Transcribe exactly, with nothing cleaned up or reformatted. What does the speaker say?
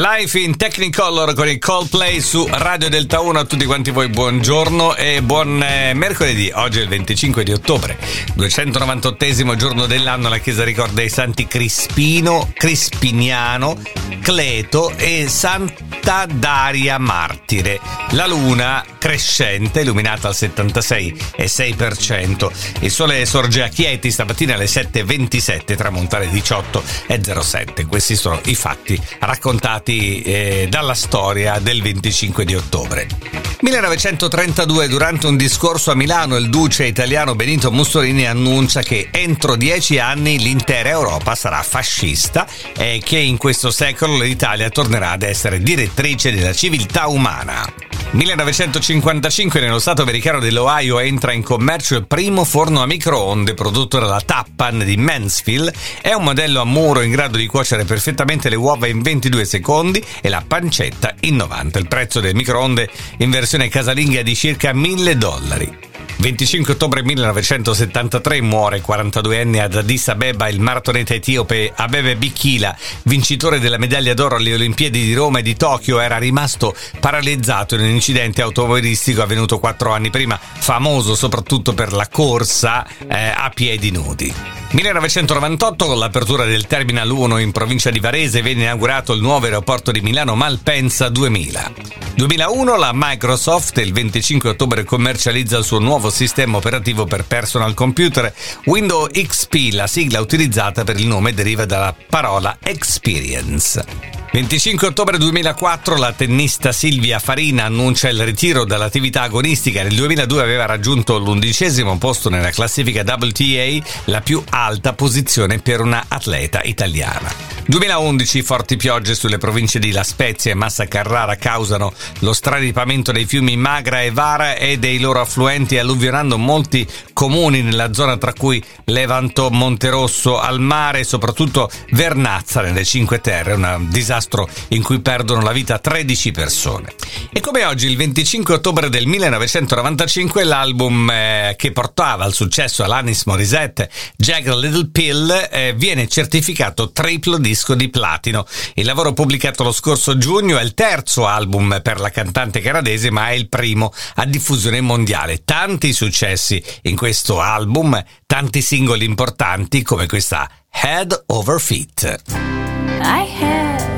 Live in Technicolor con il Coldplay su Radio Delta uno. A tutti quanti voi buongiorno e buon eh, mercoledì. Oggi è il venticinque di ottobre, duecentonovantottesimo giorno dell'anno. La Chiesa ricorda i santi Crispino, Crispiniano, Cleto e Santa Daria Martire. La luna crescente, illuminata al settantasei virgola sei per cento. Il sole sorge a Chieti stamattina alle sette e ventisette, tramontare diciotto e zero sette. Questi sono i fatti raccontati eh, dalla storia del venticinque di ottobre. millenovecentotrentadue, durante un discorso a Milano, il duce italiano Benito Mussolini annuncia che entro dieci anni l'intera Europa sarà fascista e che in questo secolo l'Italia tornerà ad essere direttrice della civiltà umana. millenovecentocinquantacinque, nello stato americano dell'Ohio entra in commercio il primo forno a microonde prodotto dalla Tappan di Mansfield. È un modello a muro in grado di cuocere perfettamente le uova in ventidue secondi e la pancetta in novanta. Il prezzo del microonde in versione casalinga è di circa mille dollari. venticinque ottobre millenovecentosettantatré muore quarantaduenne ad Addis Abeba il maratoneta etiope Abebe Bikila, vincitore della medaglia d'oro alle Olimpiadi di Roma e di Tokyo. Era rimasto paralizzato in un incidente automobilistico avvenuto quattro anni prima, famoso soprattutto per la corsa eh, a piedi nudi. millenovecentonovantotto, con l'apertura del Terminal uno in provincia di Varese, viene inaugurato il nuovo aeroporto di Milano Malpensa duemila. duemilauno, la Microsoft il venticinque ottobre commercializza il suo nuovo sistema operativo per personal computer Windows X P. La sigla utilizzata per il nome deriva dalla parola experience. venticinque ottobre duemilaquattro, la tennista Silvia Farina annuncia il ritiro dall'attività agonistica. Nel duemiladue aveva raggiunto l'undicesimo posto nella classifica W T A, la più alta posizione per una atleta italiana. duemilaundici, forti piogge sulle province di La Spezia e Massa Carrara causano lo straripamento dei fiumi Magra e Vara e dei loro affluenti, alluvionando molti comuni nella zona, tra cui Levanto, Monterosso al mare e soprattutto Vernazza nelle Cinque Terre, un disastro in cui perdono la vita tredici persone. E come oggi, il venticinque ottobre del millenovecentonovantacinque, l'album eh, che portava al successo Alanis Morissette, Jagged Little Pill, eh, viene certificato triplo disco di platino. Il lavoro pubblicato lo scorso giugno è il terzo album per la cantante canadese, ma è il primo a diffusione mondiale. Tanti successi in questo album, tanti singoli importanti come questa Head Over Feet. I had